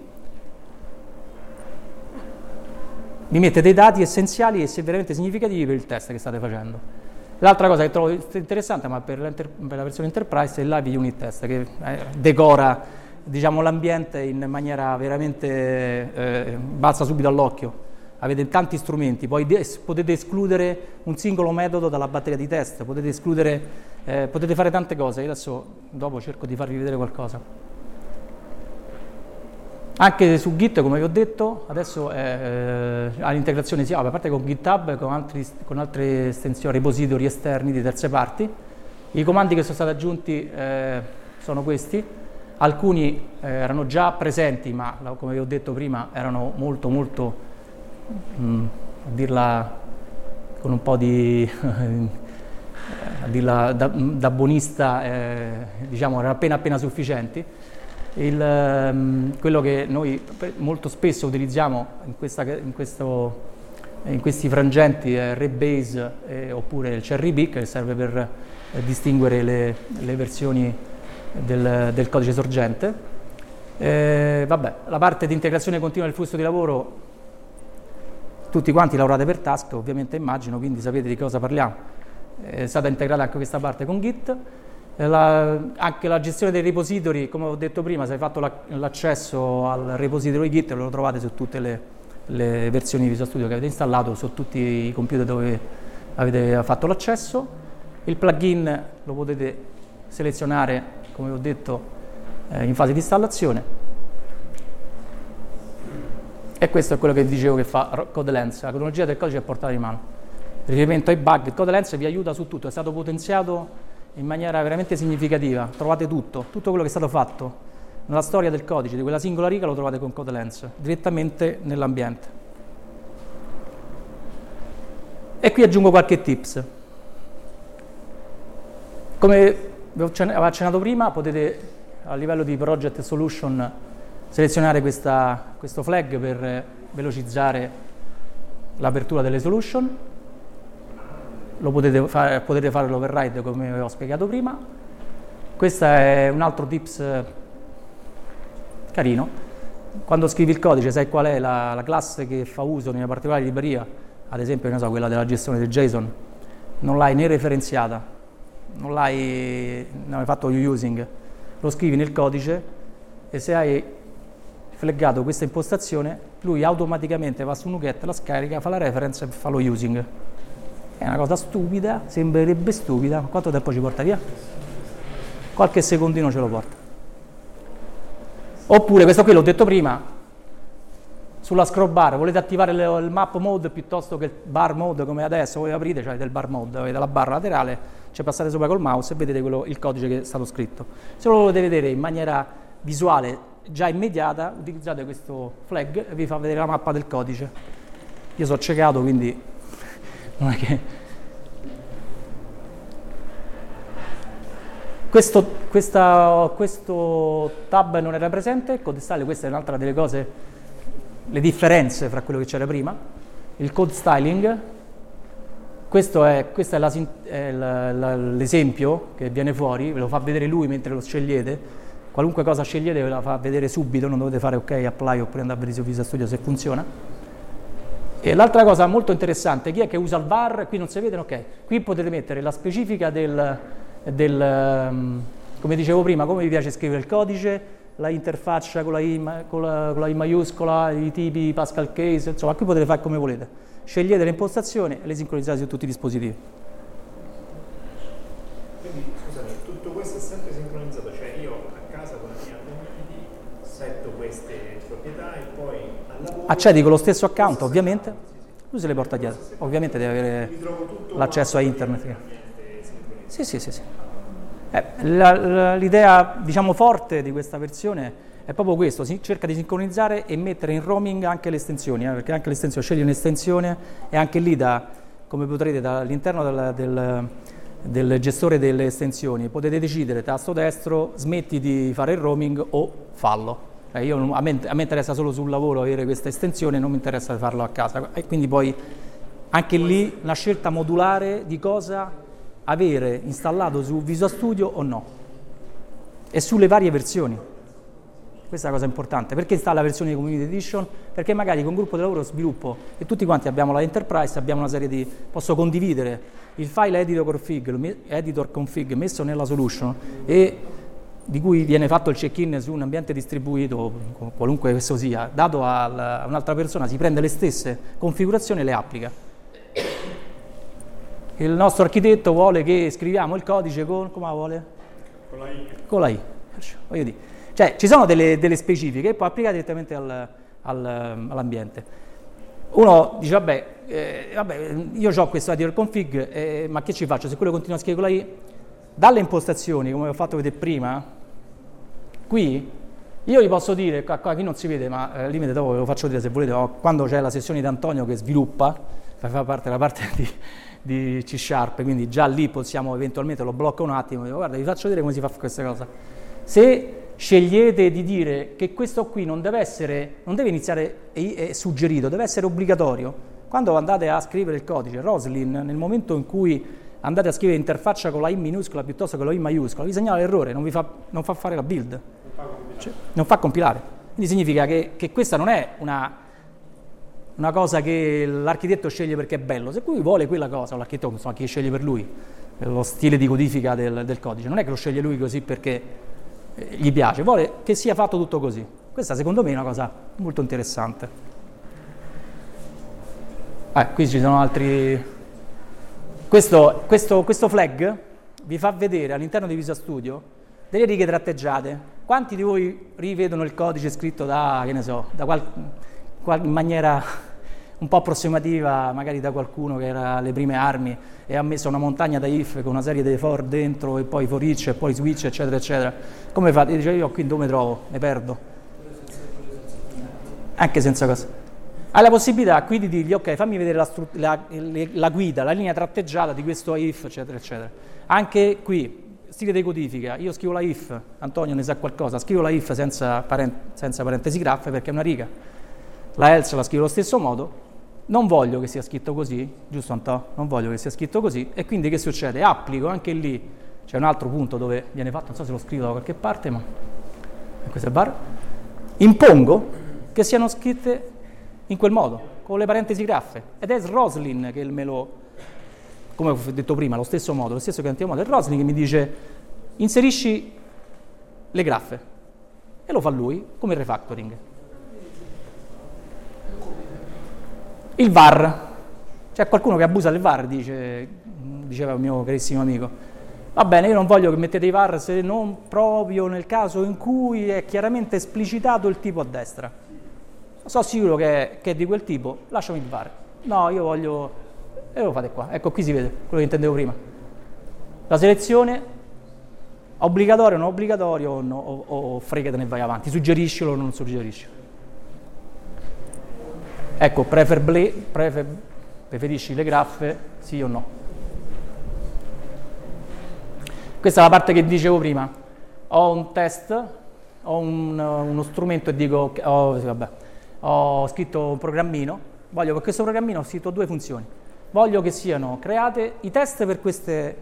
vi mette dei dati essenziali e veramente significativi per il test che state facendo. L'altra cosa che trovo interessante, ma per la versione Enterprise, è il Live Unit Test, che decora, diciamo, l'ambiente in maniera veramente balza subito all'occhio. Avete tanti strumenti, poi potete escludere un singolo metodo dalla batteria di test, potete fare tante cose. Io adesso dopo cerco di farvi vedere qualcosa. Anche su Git, come vi ho detto, adesso ha l'integrazione sia a parte con GitHub, con altre estensioni, repository esterni di terze parti. I comandi che sono stati aggiunti sono questi. Alcuni erano già presenti, ma come vi ho detto prima erano molto a dirla con un po' di a dirla da buonista, diciamo, erano appena sufficienti. Quello che noi molto spesso utilizziamo in questi frangenti è Rebase oppure il Cherry Pick, che serve per distinguere le versioni del codice sorgente. Vabbè, la parte di integrazione continua del flusso di lavoro, tutti quanti lavorate per task, ovviamente immagino, quindi sapete di cosa parliamo. È stata integrata anche questa parte con Git. Anche la gestione dei repository, come ho detto prima, se hai fatto l'accesso al repository Git lo trovate su tutte le versioni di Visual Studio che avete installato, su tutti i computer dove avete fatto l'accesso. Il plugin lo potete selezionare, come ho detto, in fase di installazione. E questo è quello che dicevo che fa CodeLens, la cronologia del codice a portata di mano. Riferimento ai bug, CodeLens vi aiuta su tutto, è stato potenziato in maniera veramente significativa, trovate tutto quello che è stato fatto nella storia del codice, di quella singola riga, lo trovate con CodeLens, direttamente nell'ambiente. E qui aggiungo qualche tips. Come vi avevo accennato prima, potete a livello di project solution selezionare questo flag per velocizzare l'apertura delle solution. Potete fare l'override come vi ho spiegato prima. Questo è un altro tips carino. Quando scrivi il codice sai qual è la classe che fa uso di una particolare libreria, ad esempio quella della gestione del JSON, non l'hai né referenziata, non hai fatto using, lo scrivi nel codice e se hai flaggato questa impostazione lui automaticamente va su NuGet, la scarica, fa la reference e fa lo using. È una cosa stupida, sembrerebbe stupida, ma quanto tempo ci porta via? Qualche secondino ce lo porta. Oppure, questo qui l'ho detto prima, sulla scroll bar, volete attivare il map mode piuttosto che il bar mode come adesso, voi aprite, cioè del bar mode, avete la barra laterale, ci passate sopra col mouse e vedete il codice che è stato scritto. Se lo volete vedere in maniera visuale già immediata, utilizzate questo flag e vi fa vedere la mappa del codice. Io sono ciecato, quindi non è che... Questo tab non era presente, code style, questa è un'altra delle cose, le differenze fra quello che c'era prima. Il code styling, questo è l'esempio che viene fuori, ve lo fa vedere lui mentre lo scegliete. Qualunque cosa scegliete ve la fa vedere subito, non dovete fare ok, apply oppure andare a vedere su Visual Studio se funziona. E l'altra cosa molto interessante, chi è che usa il var, qui non si vede, ok, qui potete mettere la specifica come dicevo prima, come vi piace scrivere il codice, la interfaccia con la I maiuscola, i tipi Pascal case, insomma qui potete fare come volete. Scegliete le impostazioni e le sincronizzate su tutti i dispositivi. Quindi scusami, tutto questo è sempre sincronizzato, cioè io a casa con la mia community setto queste proprietà e poi al lavoro... Accedi con lo stesso account ovviamente, lui se le porta dietro, ovviamente deve avere l'accesso a internet. Sì. L'idea, diciamo, forte di questa versione è proprio questo, si cerca di sincronizzare e mettere in roaming anche le estensioni, perché anche l'estensione, scegli un'estensione e anche lì, come potrete, dall'interno del gestore delle estensioni, potete decidere, tasto destro, smetti di fare il roaming o fallo. A me interessa solo sul lavoro avere questa estensione, non mi interessa farlo a casa. E quindi poi anche lì una scelta modulare di cosa avere installato su Visual Studio o no, e sulle varie versioni. Questa è la cosa importante. Perché installa la versione di Community Edition? Perché magari con un gruppo di lavoro sviluppo e tutti quanti abbiamo la Enterprise, abbiamo una serie di... posso condividere il file editor config messo nella solution e di cui viene fatto il check-in su un ambiente distribuito, qualunque esso sia, dato a un'altra persona, si prende le stesse configurazioni e le applica. Il nostro architetto vuole che scriviamo il codice come vuole? Con la I. Voglio dire. Cioè, ci sono delle specifiche che può applicare direttamente all'ambiente. Uno dice, vabbè, io ho questo editor config, ma che ci faccio? Se quello continua a scrivere con la I, dalle impostazioni, come ho fatto vedere prima, qui, io gli posso dire, qua qui non si vede, ma lì dopo ve lo faccio vedere se volete, quando c'è la sessione di Antonio che sviluppa, fa parte della parte di C Sharp, quindi già lì possiamo eventualmente, lo blocco un attimo, dico, guarda, vi faccio vedere come si fa questa cosa. Se scegliete di dire che questo qui non deve iniziare suggerito, deve essere obbligatorio, quando andate a scrivere il codice Roslyn, nel momento in cui andate a scrivere interfaccia con la I minuscola piuttosto che la I maiuscola, vi segnala l'errore, non fa fare la build, non fa compilare. Quindi significa che questa non è una cosa che l'architetto sceglie perché è bello. Se lui vuole quella cosa, o l'architetto, insomma, chi sceglie per lui lo stile di codifica del codice, non è che lo sceglie lui così perché gli piace, vuole che sia fatto tutto così. Questa secondo me è una cosa molto interessante. Qui ci sono altri... Questo flag vi fa vedere all'interno di Visual Studio delle righe tratteggiate. Quanti di voi rivedono il codice scritto in maniera un po' approssimativa, magari da qualcuno che era alle prime armi e ha messo una montagna da if con una serie di for dentro e poi for each e poi switch eccetera eccetera? Come fate? Dice, io qui dove mi trovo? Ne perdo. Anche senza cosa. Hai la possibilità qui di dirgli, ok, fammi vedere la guida, la linea tratteggiata di questo if eccetera eccetera. Anche qui, stile di codifica, io scrivo la if, Antonio ne sa qualcosa, scrivo la if senza parentesi graffe perché è una riga. La else la scrivo allo stesso modo, non voglio che sia scritto così, giusto Antonio? Non voglio che sia scritto così, e quindi che succede? Applico anche lì, c'è un altro punto dove viene fatto, non so se lo scrivo da qualche parte, ma questo è il bar, impongo che siano scritte in quel modo, con le parentesi graffe, ed è Roslyn che come ho detto prima, lo stesso modo, lo stesso identico modo, è Roslyn che mi dice inserisci le graffe, e lo fa lui come refactoring. Il var, c'è qualcuno che abusa del var, diceva il mio carissimo amico, Va bene, io non voglio che mettete i var se non proprio nel caso in cui è chiaramente esplicitato il tipo a destra. Sono sicuro che è di quel tipo, lasciami il var. No, io voglio... E lo fate qua. Ecco, qui si vede quello che intendevo prima. La selezione, obbligatorio o non obbligatorio, o fregatene e vai avanti. Suggeriscilo o non suggeriscilo. Ecco, preferisci le graffe, sì o no? Questa è la parte che dicevo prima. Ho un test, ho uno strumento e dico, ho scritto un programmino, voglio per questo programmino ho scritto 2 funzioni. Voglio che siano create i test per queste...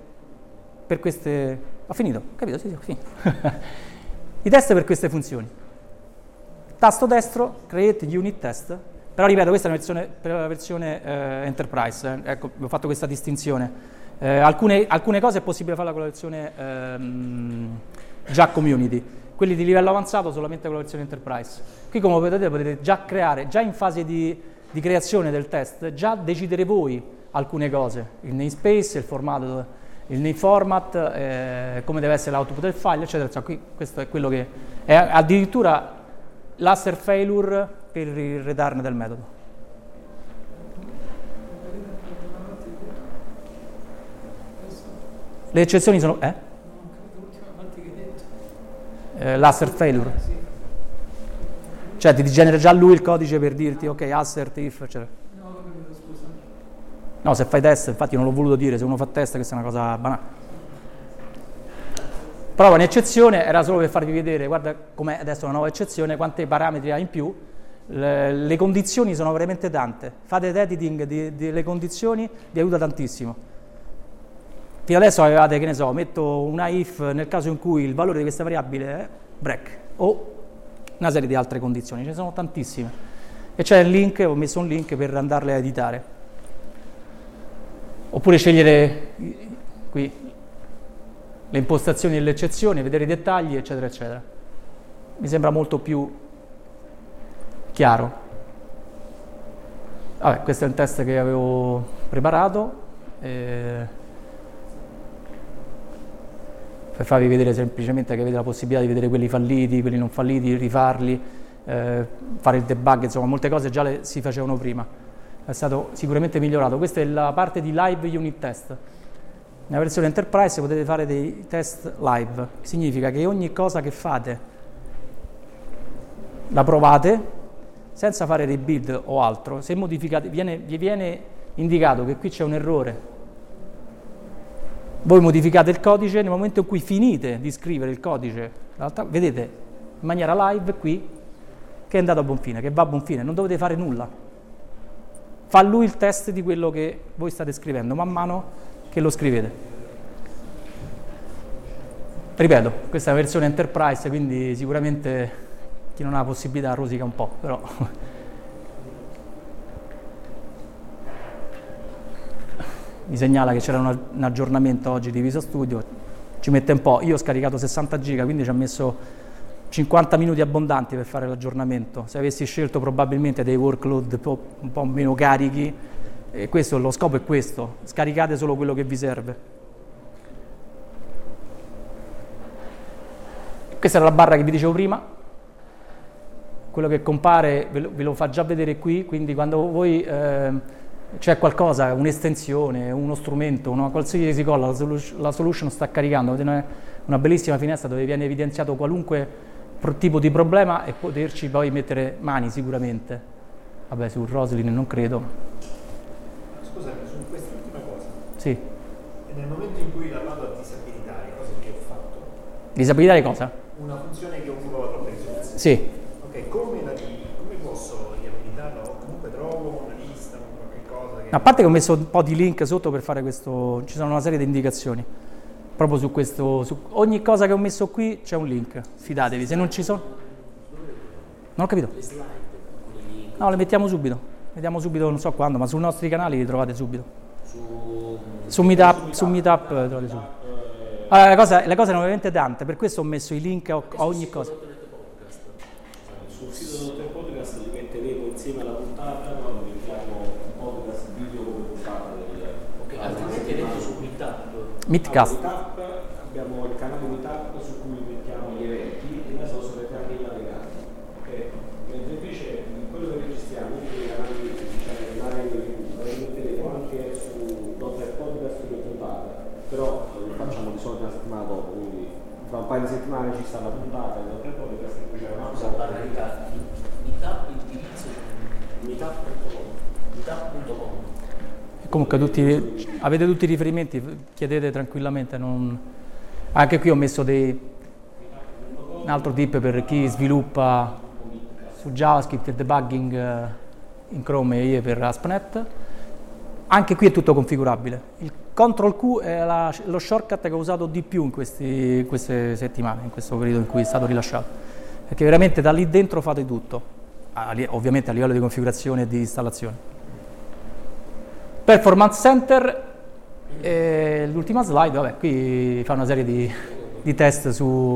Ho finito? Capito? Sì, ho finito. I test per queste funzioni. Tasto destro, create unit test. Però ripeto, questa è la versione Enterprise. Ecco, ho fatto questa distinzione. Alcune cose è possibile farla con la versione già community, quelli di livello avanzato solamente con la versione Enterprise. Qui come vedete potete già creare, già in fase di creazione del test, già decidere voi alcune cose, il namespace, il formato, il name format, come deve essere l'output del file, eccetera. Cioè, qui questo è quello che è addirittura l'asser failure per il return del metodo. Le eccezioni sono... L'asser failure. Cioè ti genera già lui il codice per dirti ok, assert, if, eccetera. No, se fai test, infatti non l'ho voluto dire, se uno fa test questa è una cosa banale. Però un'eccezione era solo per farvi vedere, guarda com'è adesso una nuova eccezione, quanti parametri ha in più. Le condizioni sono veramente tante. Fate editing delle condizioni, vi aiuta tantissimo. Fino adesso avevate, che ne so, metto una if nel caso in cui il valore di questa variabile è break o una serie di altre condizioni, ce ne sono tantissime. E c'è il link, ho messo un link per andarle a editare. Oppure scegliere qui le impostazioni delle eccezioni, vedere i dettagli, eccetera, eccetera. Mi sembra molto più chiaro. Vabbè, questo è un test che avevo preparato. Per farvi vedere semplicemente che avete la possibilità di vedere quelli falliti, quelli non falliti, rifarli, fare il debug, insomma molte cose già si facevano prima, è stato sicuramente migliorato. Questa è la parte di live unit test. Nella versione Enterprise potete fare dei test live, significa che ogni cosa che fate la provate senza fare rebuild o altro. Se modificate, vi viene indicato che qui c'è un errore. Voi modificate il codice, nel momento in cui finite di scrivere il codice, vedete in maniera live qui che è andato a buon fine, che va a buon fine, non dovete fare nulla. Fa lui il test di quello che voi state scrivendo, man mano che lo scrivete. Ripeto, questa è una versione Enterprise, quindi sicuramente chi non ha la possibilità rosica un po', però... Mi segnala che c'era un aggiornamento oggi di Visual Studio, ci mette un po', io ho scaricato 60 giga, quindi ci ha messo 50 minuti abbondanti per fare l'aggiornamento. Se avessi scelto probabilmente dei workload un po' meno carichi, e questo, lo scopo è questo, scaricate solo quello che vi serve. Questa era la barra che vi dicevo prima, quello che compare ve lo fa già vedere qui, quindi quando voi... c'è qualcosa, un'estensione, uno strumento, una qualsiasi cosa, la solution sta caricando, avete una bellissima finestra dove viene evidenziato qualunque tipo di problema e poterci poi mettere mani sicuramente. Vabbè, su Roslyn non credo. Scusami, su quest'ultima cosa. Sì. Nel momento in cui la vado a disabilitare, cosa che ho fatto? Disabilitare cosa? Una funzione che occupava troppe risorse. Sì. Ok, come posso riabilitarla? O comunque trovo una lista, qualche cosa che... A parte che ho messo un po' di link sotto per fare questo, ci sono una serie di indicazioni. Proprio su questo, su ogni cosa che ho messo qui c'è un link, fidatevi, se non ci sono... Non ho capito. Le slide, con i link. No, le mettiamo subito, non so quando, ma sui nostri canali li trovate subito. Su Meetup trovate subito. Allora, le cose erano veramente tante, per questo ho messo i link a ogni cosa. Sul sito del podcast li metteremo insieme alla puntata, quando mettiamo un podcast video come puntata. Ok, altrimenti è detto su Meetup. Meetcast. Meetup abbiamo il canale Meetup su cui mettiamo gli eventi e da sono le canali allegati. Mentre invece quello che registriamo, quindi i canali lo metteremo anche su .NET Podcast e puntate, però lo facciamo di solito una settimana dopo, quindi tra un paio di settimane ci sta la puntata e .NET Podcast in cui c'è una cosa da caricare. Meetup indirizzo meetup.com. Comunque avete tutti i riferimenti, chiedete tranquillamente. Anche qui ho messo un altro tip per chi sviluppa su JavaScript e debugging in Chrome e IE per ASP.NET. Anche qui è tutto configurabile. Il Ctrl-Q è lo shortcut che ho usato di più in queste settimane, in questo periodo in cui è stato rilasciato, perché veramente da lì dentro fate tutto, ovviamente a livello di configurazione e di installazione. Performance Center, l'ultima slide, vabbè, qui fa una serie di test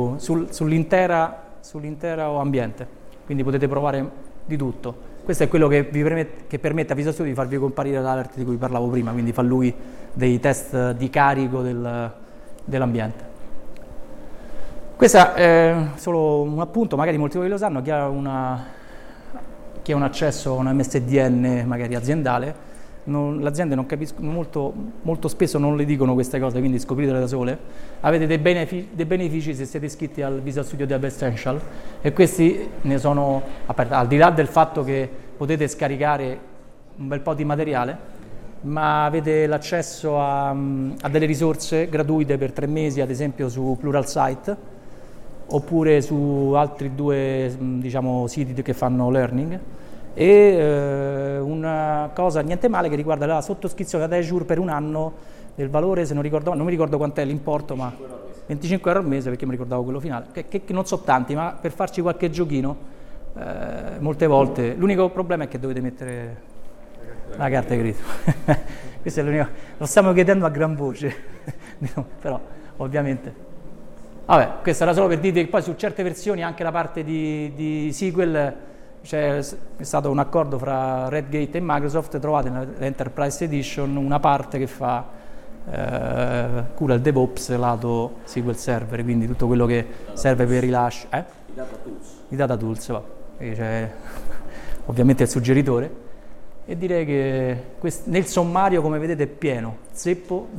sull'intero ambiente, quindi potete provare di tutto. Questo è quello che permette a Visual Studio di farvi comparire l'alert di cui parlavo prima, quindi fa lui dei test di carico dell'ambiente. Questo è solo un appunto, magari molti di voi lo sanno, chi ha un accesso a un MSDN magari aziendale, le aziende non capiscono molto spesso, non le dicono queste cose, quindi scopritele da sole. Avete dei benefici se siete iscritti al Visual Studio Dev Essential, e questi ne sono, al di là del fatto che potete scaricare un bel po' di materiale, ma avete l'accesso a delle risorse gratuite per 3 mesi, ad esempio su Pluralsight, oppure su altri 2 siti che fanno learning, e una cosa niente male che riguarda la sottoscrizione ad Azure per un anno del valore, se non mi ricordo quant'è l'importo, ma 25 euro al mese, perché mi ricordavo quello finale, che non so tanti, ma per farci qualche giochino molte volte. L'unico problema è che dovete mettere la carta di credito. Questo è l'unico, lo stiamo chiedendo a gran voce però ovviamente vabbè, questo era solo per dire che poi su certe versioni anche la parte di SQL è stato un accordo fra Redgate e Microsoft. Trovate nell'Enterprise Edition una parte che fa cura il DevOps lato SQL Server, quindi tutto quello che serve per il rilascio. I data tools, ovviamente il suggeritore, e direi che nel sommario, come vedete, è pieno, zeppo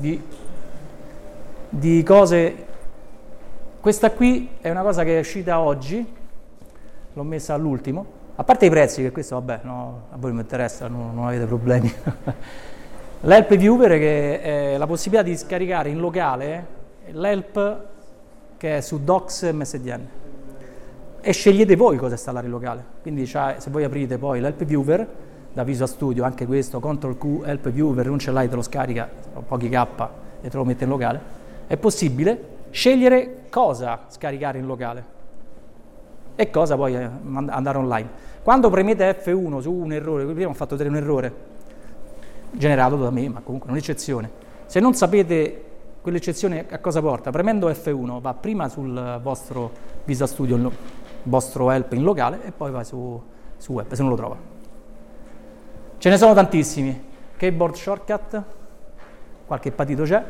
di cose. Questa qui è una cosa che è uscita oggi, l'ho messa all'ultimo. A parte i prezzi, che questo vabbè, no, a voi mi interessa, non avete problemi. L'help viewer, che è la possibilità di scaricare in locale l'help che è su Docs MSDN, e scegliete voi cosa installare in locale. Quindi se voi aprite poi l'help viewer da Visual Studio, anche questo, Ctrl-Q, help viewer, non ce l'hai, te lo scarica, pochi K e te lo mette in locale, è possibile scegliere cosa scaricare in locale e cosa poi andare online. Quando premete F1 su un errore, prima ho fatto vedere un errore generato da me, ma comunque un'eccezione, se non sapete quell'eccezione a cosa porta, premendo F1 va prima sul vostro Visual Studio, il vostro help in locale, e poi va su web, se non lo trova. Ce ne sono tantissimi. Keyboard shortcut, qualche patito c'è.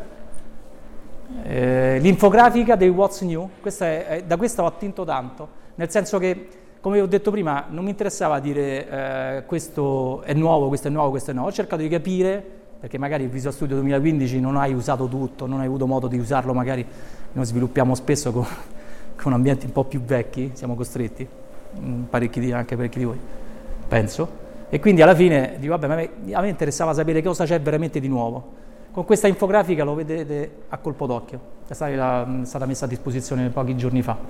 L'infografica dei What's New, da questa ho attinto tanto, nel senso che, come ho detto prima, non mi interessava dire questo è nuovo, questo è nuovo, questo è nuovo. Ho cercato di capire, perché magari il Visual Studio 2015 non hai usato tutto, non hai avuto modo di usarlo, magari noi sviluppiamo spesso con ambienti un po' più vecchi, siamo costretti, anche parecchi di voi, penso. E quindi alla fine dico, vabbè, a me interessava sapere cosa c'è veramente di nuovo. Con questa infografica lo vedete a colpo d'occhio, è stata messa a disposizione pochi giorni fa.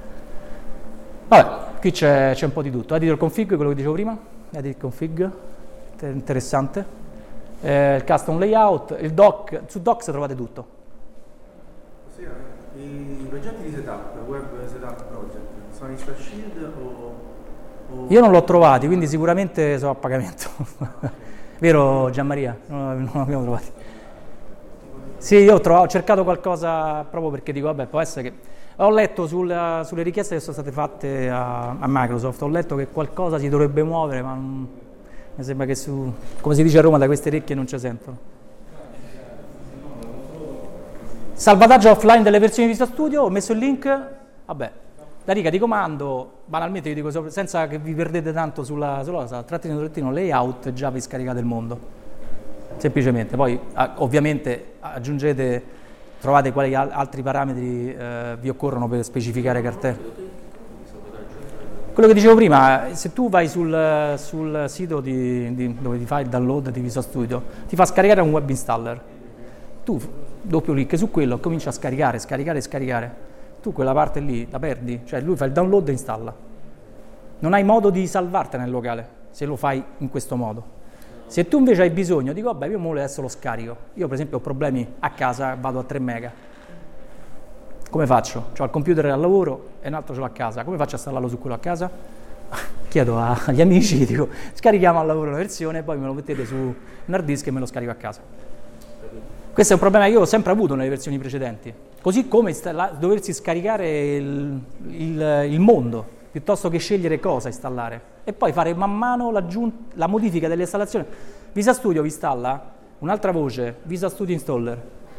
Vabbè, qui c'è un po' di tutto. Editor config, quello che dicevo prima, edit config, interessante. Il custom layout, il doc, su Docs trovate tutto. Sì, i progetti di setup, web setup project, sono in Starshield o... Io non l'ho trovati, quindi sicuramente sono a pagamento. Vero Gianmaria? Non l'abbiamo trovati. Sì, io ho cercato qualcosa proprio perché dico, vabbè, può essere che... Ho letto sulle richieste che sono state fatte a Microsoft, ho letto che qualcosa si dovrebbe muovere, ma mi sembra che come si dice a Roma, da queste orecchie non ci sentono. Salvataggio offline delle versioni di Visual Studio, ho messo il link, vabbè, la riga di comando, banalmente vi dico, senza che vi perdete tanto sulla trattino layout, già vi scaricate il mondo, semplicemente. Poi ovviamente aggiungete, trovate quali altri parametri vi occorrono per specificare cartelle. Quello che dicevo prima, se tu vai sul sito dove ti fai il download di Visual Studio, ti fa scaricare un web installer. Tu doppio clic su quello, comincia a scaricare. Tu quella parte lì la perdi, cioè lui fa il download e installa. Non hai modo di salvartene nel locale se lo fai in questo modo. Se tu invece hai bisogno, dico vabbè, io mo adesso lo scarico. Io per esempio ho problemi a casa, vado a 3 mega. Come faccio? C'ho il computer al lavoro e un altro ce l'ho a casa. Come faccio a installarlo su quello a casa? Chiedo agli amici, dico scarichiamo al lavoro una versione, poi me lo mettete su un hard disk e me lo scarico a casa. Questo è un problema che io ho sempre avuto nelle versioni precedenti. Così come doversi scaricare il mondo, piuttosto che scegliere cosa installare. E poi fare man mano la modifica dell'installazione. Visual Studio vi installa un'altra voce, Visual Studio Installer.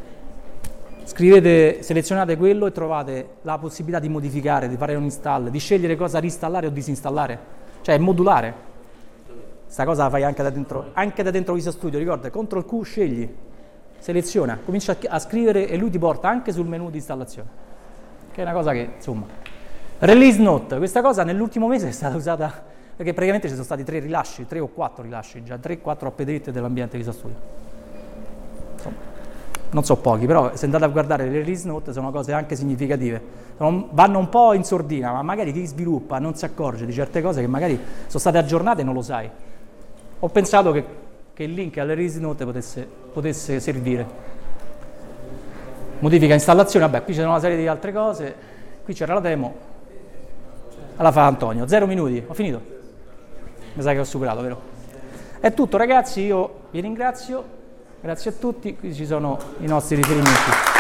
Scrivete, selezionate quello e trovate la possibilità di modificare, di fare un install, di scegliere cosa reinstallare o disinstallare. Cioè è modulare. Sta cosa la fai anche da dentro Visual Studio, ricorda, CTRL Q, scegli, seleziona, comincia a scrivere e lui ti porta anche sul menu di installazione. Che è una cosa che, insomma... Release Note, questa cosa nell'ultimo mese è stata usata, perché praticamente ci sono stati 3 o 4 rilasci, già 3-4 update dell'ambiente Visual Studio. Insomma. Non so pochi, però se andate a guardare le release note sono cose anche significative. Vanno un po' in sordina, ma magari chi sviluppa non si accorge di certe cose che magari sono state aggiornate e non lo sai. Ho pensato che il link alle release note potesse servire. Modifica installazione, vabbè, qui c'è una serie di altre cose. Qui c'era la demo. La fa Antonio, 0 minuti, ho finito. Mi sa che ho superato, vero? È tutto ragazzi, io vi ringrazio. Grazie a tutti, qui ci sono i nostri riferimenti.